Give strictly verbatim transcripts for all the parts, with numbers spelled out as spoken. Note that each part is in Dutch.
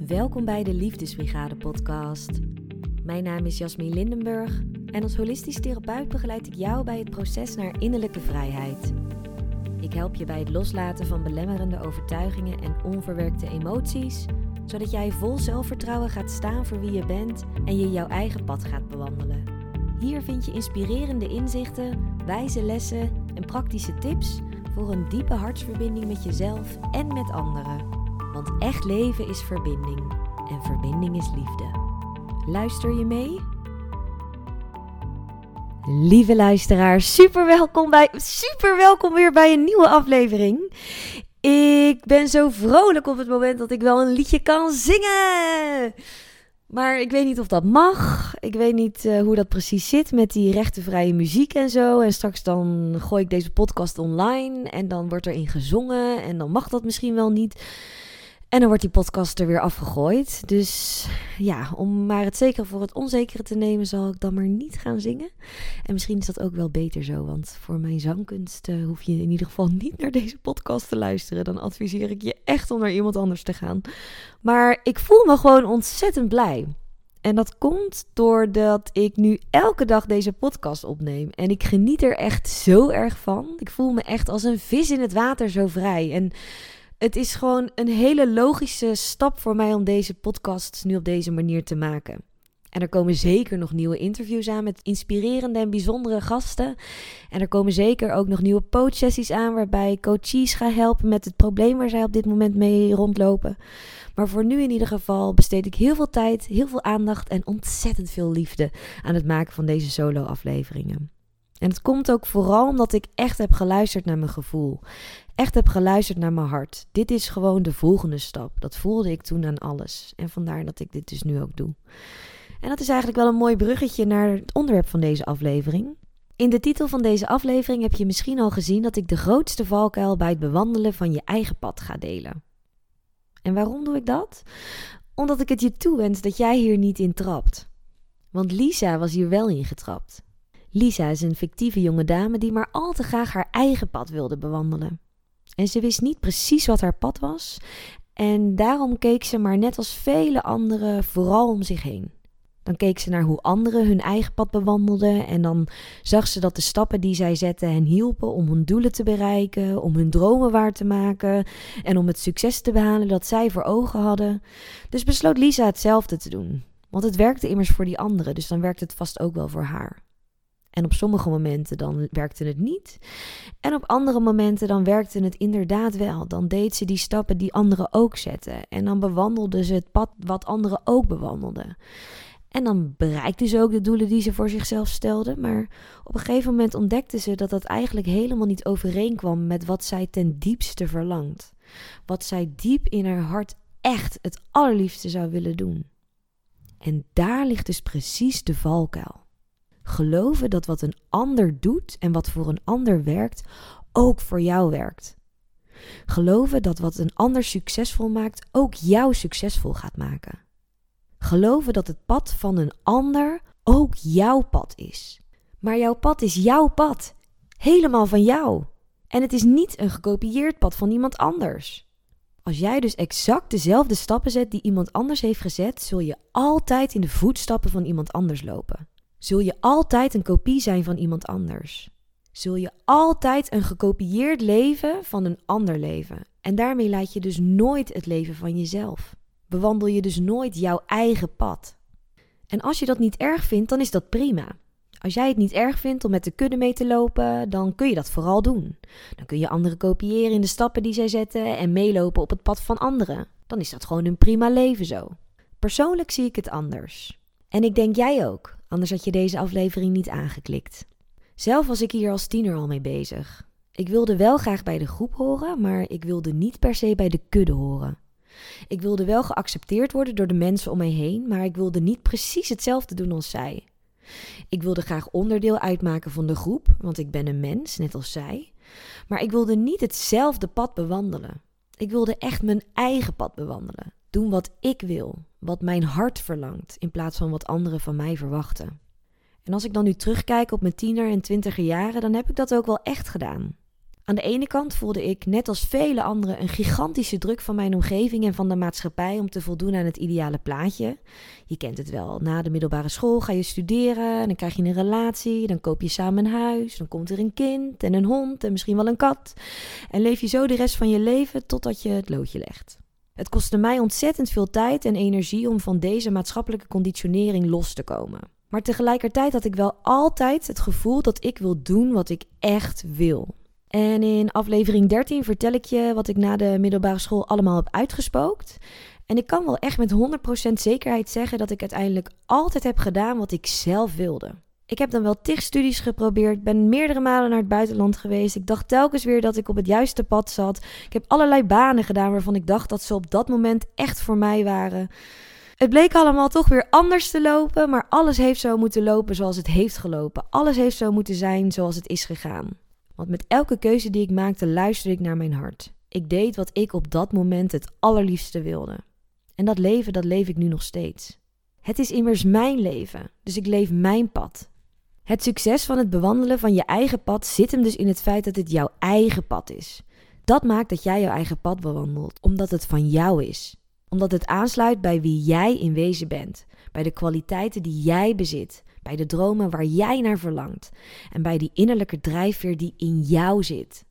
Welkom bij de Liefdesbrigade podcast. Mijn naam is Jasmin Lindenburg en als holistisch therapeut begeleid ik jou bij het proces naar innerlijke vrijheid. Ik help je bij het loslaten van belemmerende overtuigingen en onverwerkte emoties, zodat jij vol zelfvertrouwen gaat staan voor wie je bent en je jouw eigen pad gaat bewandelen. Hier vind je inspirerende inzichten, wijze lessen en praktische tips voor een diepe hartsverbinding met jezelf en met anderen. Want echt leven is verbinding en verbinding is liefde. Luister je mee? Lieve luisteraar, super welkom, bij, super welkom weer bij een nieuwe aflevering. Ik ben zo vrolijk op het moment dat ik wel een liedje kan zingen. Maar ik weet niet of dat mag. Ik weet niet uh, hoe dat precies zit met die rechtenvrije muziek en zo. En straks dan gooi ik deze podcast online en dan wordt erin gezongen en dan mag dat misschien wel niet. En dan wordt die podcast er weer afgegooid. Dus ja, om maar het zekere voor het onzekere te nemen, zal ik dan maar niet gaan zingen. En misschien is dat ook wel beter zo, want voor mijn zangkunst uh, hoef je in ieder geval niet naar deze podcast te luisteren. Dan adviseer ik je echt om naar iemand anders te gaan. Maar ik voel me gewoon ontzettend blij. En dat komt doordat ik nu elke dag deze podcast opneem. En ik geniet er echt zo erg van. Ik voel me echt als een vis in het water zo vrij. En het is gewoon een hele logische stap voor mij om deze podcast nu op deze manier te maken. En er komen zeker nog nieuwe interviews aan met inspirerende en bijzondere gasten. En er komen zeker ook nog nieuwe coachsessies aan waarbij ik coaches ga helpen met het probleem waar zij op dit moment mee rondlopen. Maar voor nu in ieder geval besteed ik heel veel tijd, heel veel aandacht en ontzettend veel liefde aan het maken van deze solo-afleveringen. En het komt ook vooral omdat ik echt heb geluisterd naar mijn gevoel. Echt heb geluisterd naar mijn hart. Dit is gewoon de volgende stap. Dat voelde ik toen aan alles. En vandaar dat ik dit dus nu ook doe. En dat is eigenlijk wel een mooi bruggetje naar het onderwerp van deze aflevering. In de titel van deze aflevering heb je misschien al gezien dat ik de grootste valkuil bij het bewandelen van je eigen pad ga delen. En waarom doe ik dat? Omdat ik het je toewens dat jij hier niet in trapt. Want Lisa was hier wel in getrapt. Lisa is een fictieve jonge dame die maar al te graag haar eigen pad wilde bewandelen. En ze wist niet precies wat haar pad was. En daarom keek ze maar net als vele anderen vooral om zich heen. Dan keek ze naar hoe anderen hun eigen pad bewandelden. En dan zag ze dat de stappen die zij zetten hen hielpen om hun doelen te bereiken. Om hun dromen waar te maken. En om het succes te behalen dat zij voor ogen hadden. Dus besloot Lisa hetzelfde te doen. Want het werkte immers voor die anderen. Dus dan werkte het vast ook wel voor haar. En op sommige momenten dan werkte het niet. En op andere momenten dan werkte het inderdaad wel. Dan deed ze die stappen die anderen ook zetten. En dan bewandelde ze het pad wat anderen ook bewandelden. En dan bereikte ze ook de doelen die ze voor zichzelf stelde. Maar op een gegeven moment ontdekte ze dat dat eigenlijk helemaal niet overeenkwam met wat zij ten diepste verlangt. Wat zij diep in haar hart echt het allerliefste zou willen doen. En daar ligt dus precies de valkuil. Geloven dat wat een ander doet en wat voor een ander werkt, ook voor jou werkt. Geloven dat wat een ander succesvol maakt, ook jou succesvol gaat maken. Geloven dat het pad van een ander ook jouw pad is. Maar jouw pad is jouw pad. Helemaal van jou. En het is niet een gekopieerd pad van iemand anders. Als jij dus exact dezelfde stappen zet die iemand anders heeft gezet, zul je altijd in de voetstappen van iemand anders lopen. Zul je altijd een kopie zijn van iemand anders. Zul je altijd een gekopieerd leven van een ander leven. En daarmee leid je dus nooit het leven van jezelf. Bewandel je dus nooit jouw eigen pad. En als je dat niet erg vindt, dan is dat prima. Als jij het niet erg vindt om met de kudde mee te lopen, dan kun je dat vooral doen. Dan kun je anderen kopiëren in de stappen die zij zetten en meelopen op het pad van anderen. Dan is dat gewoon een prima leven zo. Persoonlijk zie ik het anders. En ik denk jij ook. Anders had je deze aflevering niet aangeklikt. Zelf was ik hier als tiener al mee bezig. Ik wilde wel graag bij de groep horen, maar ik wilde niet per se bij de kudde horen. Ik wilde wel geaccepteerd worden door de mensen om mij heen, maar ik wilde niet precies hetzelfde doen als zij. Ik wilde graag onderdeel uitmaken van de groep, want ik ben een mens, net als zij. Maar ik wilde niet hetzelfde pad bewandelen. Ik wilde echt mijn eigen pad bewandelen. Doen wat ik wil, wat mijn hart verlangt, in plaats van wat anderen van mij verwachten. En als ik dan nu terugkijk op mijn tiener- en twintiger jaren, dan heb ik dat ook wel echt gedaan. Aan de ene kant voelde ik, net als vele anderen, een gigantische druk van mijn omgeving en van de maatschappij om te voldoen aan het ideale plaatje. Je kent het wel, na de middelbare school ga je studeren, dan krijg je een relatie, dan koop je samen een huis, dan komt er een kind en een hond en misschien wel een kat. En leef je zo de rest van je leven totdat je het loodje legt. Het kostte mij ontzettend veel tijd en energie om van deze maatschappelijke conditionering los te komen. Maar tegelijkertijd had ik wel altijd het gevoel dat ik wil doen wat ik echt wil. En in aflevering dertien vertel ik je wat ik na de middelbare school allemaal heb uitgespookt. En ik kan wel echt met honderd procent zekerheid zeggen dat ik uiteindelijk altijd heb gedaan wat ik zelf wilde. Ik heb dan wel tig studies geprobeerd, ben meerdere malen naar het buitenland geweest. Ik dacht telkens weer dat ik op het juiste pad zat. Ik heb allerlei banen gedaan waarvan ik dacht dat ze op dat moment echt voor mij waren. Het bleek allemaal toch weer anders te lopen, maar alles heeft zo moeten lopen zoals het heeft gelopen. Alles heeft zo moeten zijn zoals het is gegaan. Want met elke keuze die ik maakte, luisterde ik naar mijn hart. Ik deed wat ik op dat moment het allerliefste wilde. En dat leven, dat leef ik nu nog steeds. Het is immers mijn leven, dus ik leef mijn pad. Het succes van het bewandelen van je eigen pad zit hem dus in het feit dat het jouw eigen pad is. Dat maakt dat jij jouw eigen pad bewandelt, omdat het van jou is. Omdat het aansluit bij wie jij in wezen bent, bij de kwaliteiten die jij bezit, bij de dromen waar jij naar verlangt en bij die innerlijke drijfveer die in jou zit.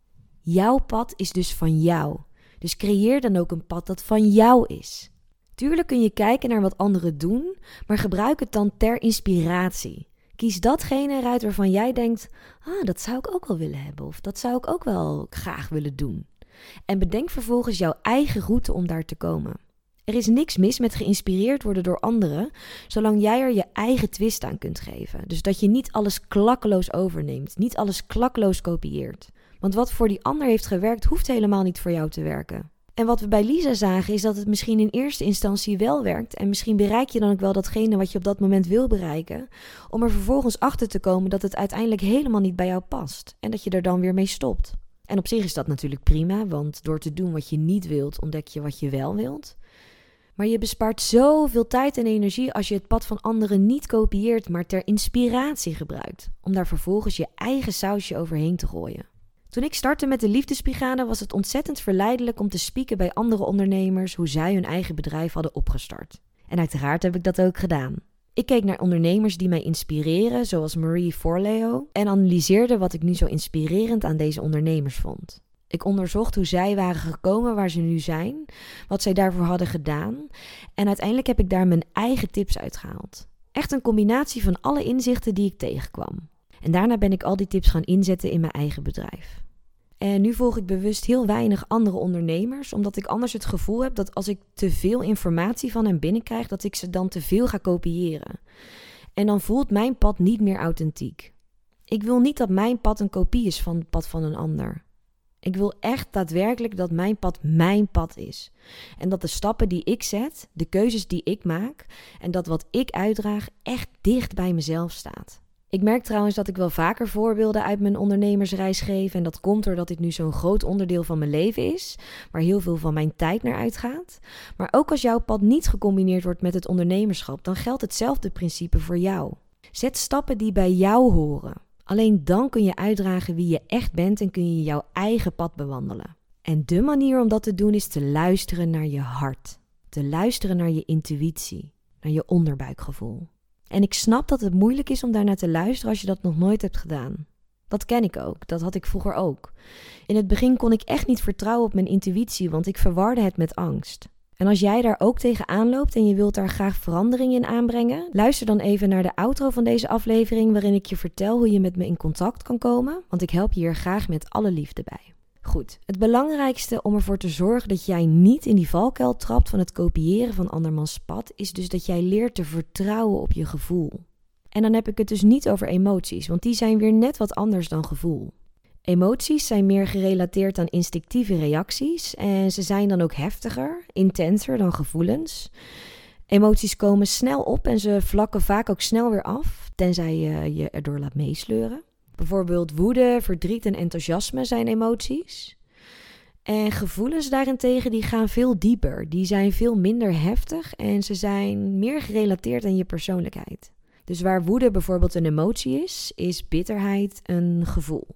Jouw pad is dus van jou, dus creëer dan ook een pad dat van jou is. Tuurlijk kun je kijken naar wat anderen doen, maar gebruik het dan ter inspiratie. Kies datgene eruit waarvan jij denkt, ah, dat zou ik ook wel willen hebben of dat zou ik ook wel graag willen doen. En bedenk vervolgens jouw eigen route om daar te komen. Er is niks mis met geïnspireerd worden door anderen, zolang jij er je eigen twist aan kunt geven. Dus dat je niet alles klakkeloos overneemt, niet alles klakkeloos kopieert. Want wat voor die ander heeft gewerkt, hoeft helemaal niet voor jou te werken. En wat we bij Lisa zagen is dat het misschien in eerste instantie wel werkt en misschien bereik je dan ook wel datgene wat je op dat moment wil bereiken, om er vervolgens achter te komen dat het uiteindelijk helemaal niet bij jou past en dat je er dan weer mee stopt. En op zich is dat natuurlijk prima, want door te doen wat je niet wilt, ontdek je wat je wel wilt. Maar je bespaart zoveel tijd en energie als je het pad van anderen niet kopieert, maar ter inspiratie gebruikt, om daar vervolgens je eigen sausje overheen te gooien. Toen ik startte met de Liefdesbrigade was het ontzettend verleidelijk om te spieken bij andere ondernemers hoe zij hun eigen bedrijf hadden opgestart. En uiteraard heb ik dat ook gedaan. Ik keek naar ondernemers die mij inspireren, zoals Marie Forleo, en analyseerde wat ik nu zo inspirerend aan deze ondernemers vond. Ik onderzocht hoe zij waren gekomen waar ze nu zijn, wat zij daarvoor hadden gedaan en uiteindelijk heb ik daar mijn eigen tips uitgehaald. Echt een combinatie van alle inzichten die ik tegenkwam. En daarna ben ik al die tips gaan inzetten in mijn eigen bedrijf. En nu volg ik bewust heel weinig andere ondernemers, omdat ik anders het gevoel heb dat als ik te veel informatie van hen binnenkrijg, dat ik ze dan te veel ga kopiëren. En dan voelt mijn pad niet meer authentiek. Ik wil niet dat mijn pad een kopie is van het pad van een ander. Ik wil echt daadwerkelijk dat mijn pad mijn pad is. En dat de stappen die ik zet, de keuzes die ik maak en dat wat ik uitdraag echt dicht bij mezelf staat. Ik merk trouwens dat ik wel vaker voorbeelden uit mijn ondernemersreis geef en dat komt doordat dit nu zo'n groot onderdeel van mijn leven is, waar heel veel van mijn tijd naar uitgaat. Maar ook als jouw pad niet gecombineerd wordt met het ondernemerschap, dan geldt hetzelfde principe voor jou. Zet stappen die bij jou horen. Alleen dan kun je uitdragen wie je echt bent en kun je jouw eigen pad bewandelen. En de manier om dat te doen is te luisteren naar je hart. Te luisteren naar je intuïtie, naar je onderbuikgevoel. En ik snap dat het moeilijk is om daarnaar te luisteren als je dat nog nooit hebt gedaan. Dat ken ik ook, dat had ik vroeger ook. In het begin kon ik echt niet vertrouwen op mijn intuïtie, want ik verwarde het met angst. En als jij daar ook tegenaan loopt en je wilt daar graag verandering in aanbrengen, luister dan even naar de outro van deze aflevering waarin ik je vertel hoe je met me in contact kan komen, want ik help je hier graag met alle liefde bij. Goed, het belangrijkste om ervoor te zorgen dat jij niet in die valkuil trapt van het kopiëren van andermans pad, is dus dat jij leert te vertrouwen op je gevoel. En dan heb ik het dus niet over emoties, want die zijn weer net wat anders dan gevoel. Emoties zijn meer gerelateerd aan instinctieve reacties en ze zijn dan ook heftiger, intenser dan gevoelens. Emoties komen snel op en ze vlakken vaak ook snel weer af, tenzij je je erdoor laat meesleuren. Bijvoorbeeld woede, verdriet en enthousiasme zijn emoties. En gevoelens daarentegen die gaan veel dieper, die zijn veel minder heftig en ze zijn meer gerelateerd aan je persoonlijkheid. Dus waar woede bijvoorbeeld een emotie is, is bitterheid een gevoel.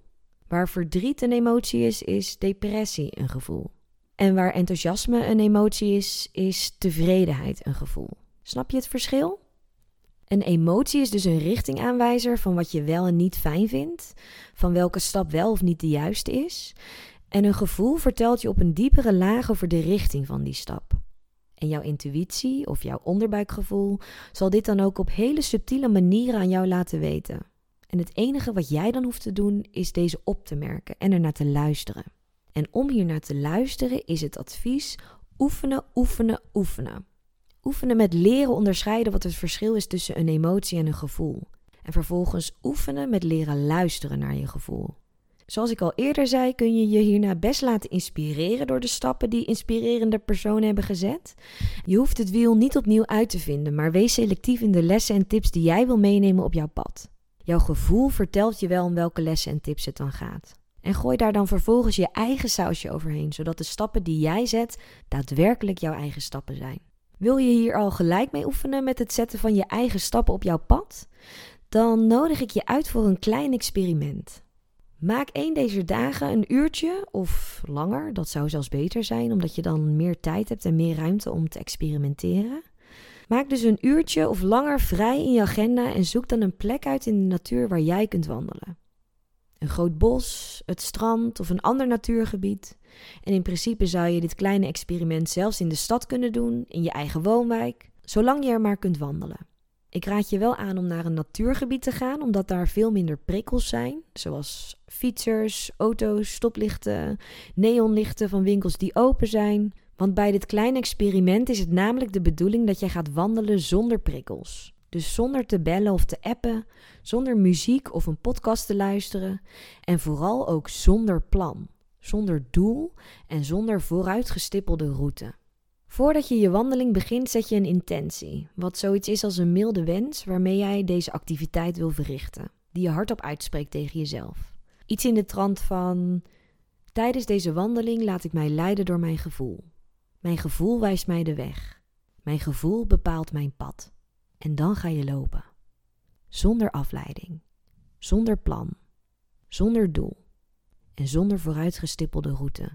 Waar verdriet een emotie is, is depressie een gevoel. En waar enthousiasme een emotie is, is tevredenheid een gevoel. Snap je het verschil? Een emotie is dus een richtingaanwijzer van wat je wel en niet fijn vindt, van welke stap wel of niet de juiste is. En een gevoel vertelt je op een diepere laag over de richting van die stap. En jouw intuïtie of jouw onderbuikgevoel zal dit dan ook op hele subtiele manieren aan jou laten weten. En het enige wat jij dan hoeft te doen is deze op te merken en ernaar te luisteren. En om hier naar te luisteren is het advies oefenen, oefenen, oefenen. Oefenen met leren onderscheiden wat het verschil is tussen een emotie en een gevoel. En vervolgens oefenen met leren luisteren naar je gevoel. Zoals ik al eerder zei, kun je je hierna best laten inspireren door de stappen die inspirerende personen hebben gezet. Je hoeft het wiel niet opnieuw uit te vinden, maar wees selectief in de lessen en tips die jij wil meenemen op jouw pad. Jouw gevoel vertelt je wel om welke lessen en tips het dan gaat. En gooi daar dan vervolgens je eigen sausje overheen, zodat de stappen die jij zet daadwerkelijk jouw eigen stappen zijn. Wil je hier al gelijk mee oefenen met het zetten van je eigen stappen op jouw pad? Dan nodig ik je uit voor een klein experiment. Maak één deze dagen een uurtje of langer, dat zou zelfs beter zijn, omdat je dan meer tijd hebt en meer ruimte om te experimenteren. Maak dus een uurtje of langer vrij in je agenda en zoek dan een plek uit in de natuur waar jij kunt wandelen. Een groot bos, het strand of een ander natuurgebied. En in principe zou je dit kleine experiment zelfs in de stad kunnen doen, in je eigen woonwijk, zolang je er maar kunt wandelen. Ik raad je wel aan om naar een natuurgebied te gaan, omdat daar veel minder prikkels zijn, zoals fietsers, auto's, stoplichten, neonlichten van winkels die open zijn. Want bij dit kleine experiment is het namelijk de bedoeling dat jij gaat wandelen zonder prikkels. Dus zonder te bellen of te appen, zonder muziek of een podcast te luisteren en vooral ook zonder plan, zonder doel en zonder vooruitgestippelde route. Voordat je je wandeling begint, zet je een intentie, wat zoiets is als een milde wens waarmee jij deze activiteit wil verrichten, die je hardop uitspreekt tegen jezelf. Iets in de trant van: tijdens deze wandeling laat ik mij leiden door mijn gevoel. Mijn gevoel wijst mij de weg. Mijn gevoel bepaalt mijn pad. En dan ga je lopen. Zonder afleiding, zonder plan, zonder doel en zonder vooruitgestippelde route.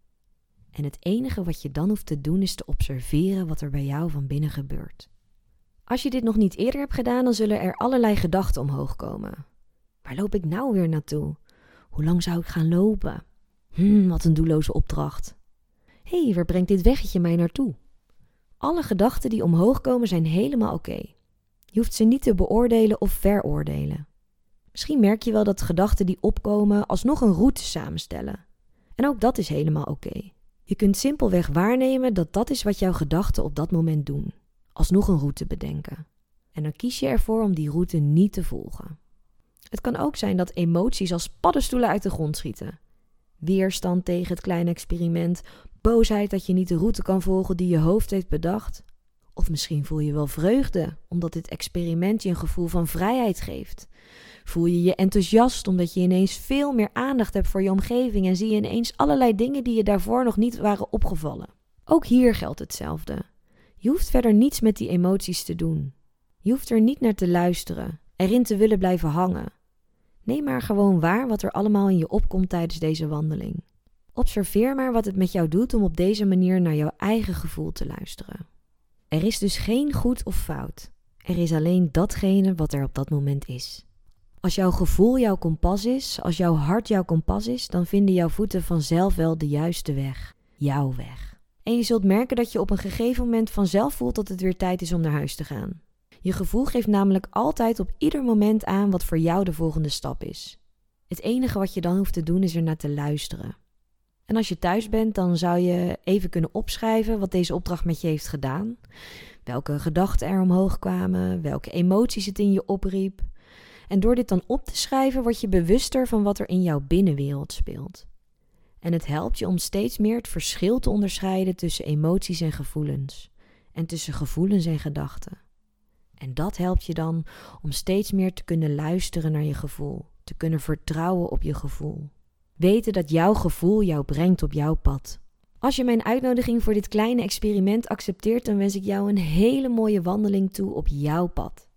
En het enige wat je dan hoeft te doen is te observeren wat er bij jou van binnen gebeurt. Als je dit nog niet eerder hebt gedaan, dan zullen er allerlei gedachten omhoog komen. Waar loop ik nou weer naartoe? Hoe lang zou ik gaan lopen? Hmm, wat een doelloze opdracht. Hé, hey, waar brengt dit weggetje mij naartoe? Alle gedachten die omhoog komen zijn helemaal oké. Okay. Je hoeft ze niet te beoordelen of veroordelen. Misschien merk je wel dat gedachten die opkomen alsnog een route samenstellen. En ook dat is helemaal oké. Okay. Je kunt simpelweg waarnemen dat dat is wat jouw gedachten op dat moment doen. Alsnog een route bedenken. En dan kies je ervoor om die route niet te volgen. Het kan ook zijn dat emoties als paddenstoelen uit de grond schieten. Weerstand tegen het kleine experiment, boosheid dat je niet de route kan volgen die je hoofd heeft bedacht. Of misschien voel je wel vreugde, omdat dit experiment je een gevoel van vrijheid geeft. Voel je je enthousiast, omdat je ineens veel meer aandacht hebt voor je omgeving en zie je ineens allerlei dingen die je daarvoor nog niet waren opgevallen. Ook hier geldt hetzelfde. Je hoeft verder niets met die emoties te doen. Je hoeft er niet naar te luisteren, erin te willen blijven hangen. Neem maar gewoon waar wat er allemaal in je opkomt tijdens deze wandeling. Observeer maar wat het met jou doet om op deze manier naar jouw eigen gevoel te luisteren. Er is dus geen goed of fout. Er is alleen datgene wat er op dat moment is. Als jouw gevoel jouw kompas is, als jouw hart jouw kompas is, dan vinden jouw voeten vanzelf wel de juiste weg. Jouw weg. En je zult merken dat je op een gegeven moment vanzelf voelt dat het weer tijd is om naar huis te gaan. Je gevoel geeft namelijk altijd op ieder moment aan wat voor jou de volgende stap is. Het enige wat je dan hoeft te doen is er naar te luisteren. En als je thuis bent, dan zou je even kunnen opschrijven wat deze opdracht met je heeft gedaan. Welke gedachten er omhoog kwamen, welke emoties het in je opriep. En door dit dan op te schrijven, word je bewuster van wat er in jouw binnenwereld speelt. En het helpt je om steeds meer het verschil te onderscheiden tussen emoties en gevoelens. En tussen gevoelens en gedachten. En dat helpt je dan om steeds meer te kunnen luisteren naar je gevoel. Te kunnen vertrouwen op je gevoel. Weten dat jouw gevoel jou brengt op jouw pad. Als je mijn uitnodiging voor dit kleine experiment accepteert, dan wens ik jou een hele mooie wandeling toe op jouw pad.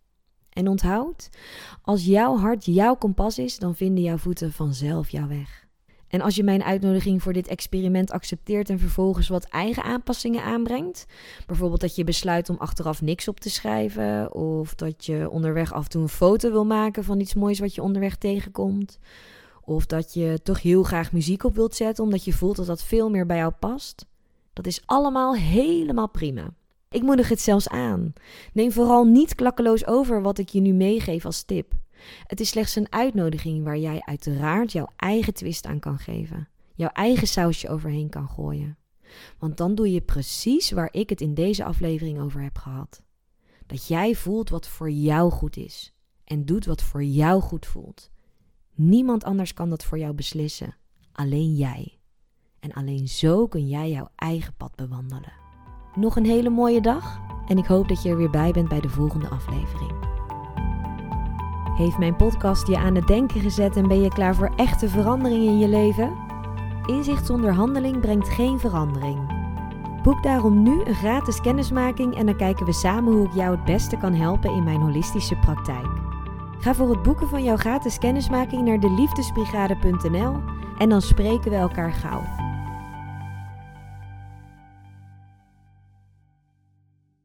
En onthoud, als jouw hart jouw kompas is, dan vinden jouw voeten vanzelf jouw weg. En als je mijn uitnodiging voor dit experiment accepteert en vervolgens wat eigen aanpassingen aanbrengt, bijvoorbeeld dat je besluit om achteraf niks op te schrijven, of dat je onderweg af en toe een foto wil maken van iets moois wat je onderweg tegenkomt, of dat je toch heel graag muziek op wilt zetten omdat je voelt dat dat veel meer bij jou past, dat is allemaal helemaal prima. Ik moedig het zelfs aan. Neem vooral niet klakkeloos over wat ik je nu meegeef als tip. Het is slechts een uitnodiging waar jij uiteraard jouw eigen twist aan kan geven. Jouw eigen sausje overheen kan gooien. Want dan doe je precies waar ik het in deze aflevering over heb gehad. Dat jij voelt wat voor jou goed is. En doet wat voor jou goed voelt. Niemand anders kan dat voor jou beslissen. Alleen jij. En alleen zo kun jij jouw eigen pad bewandelen. Nog een hele mooie dag en ik hoop dat je er weer bij bent bij de volgende aflevering. Heeft mijn podcast je aan het denken gezet en ben je klaar voor echte verandering in je leven? Inzicht zonder handeling brengt geen verandering. Boek daarom nu een gratis kennismaking en dan kijken we samen hoe ik jou het beste kan helpen in mijn holistische praktijk. Ga voor het boeken van jouw gratis kennismaking naar de liefdesbrigade punt n l en dan spreken we elkaar gauw.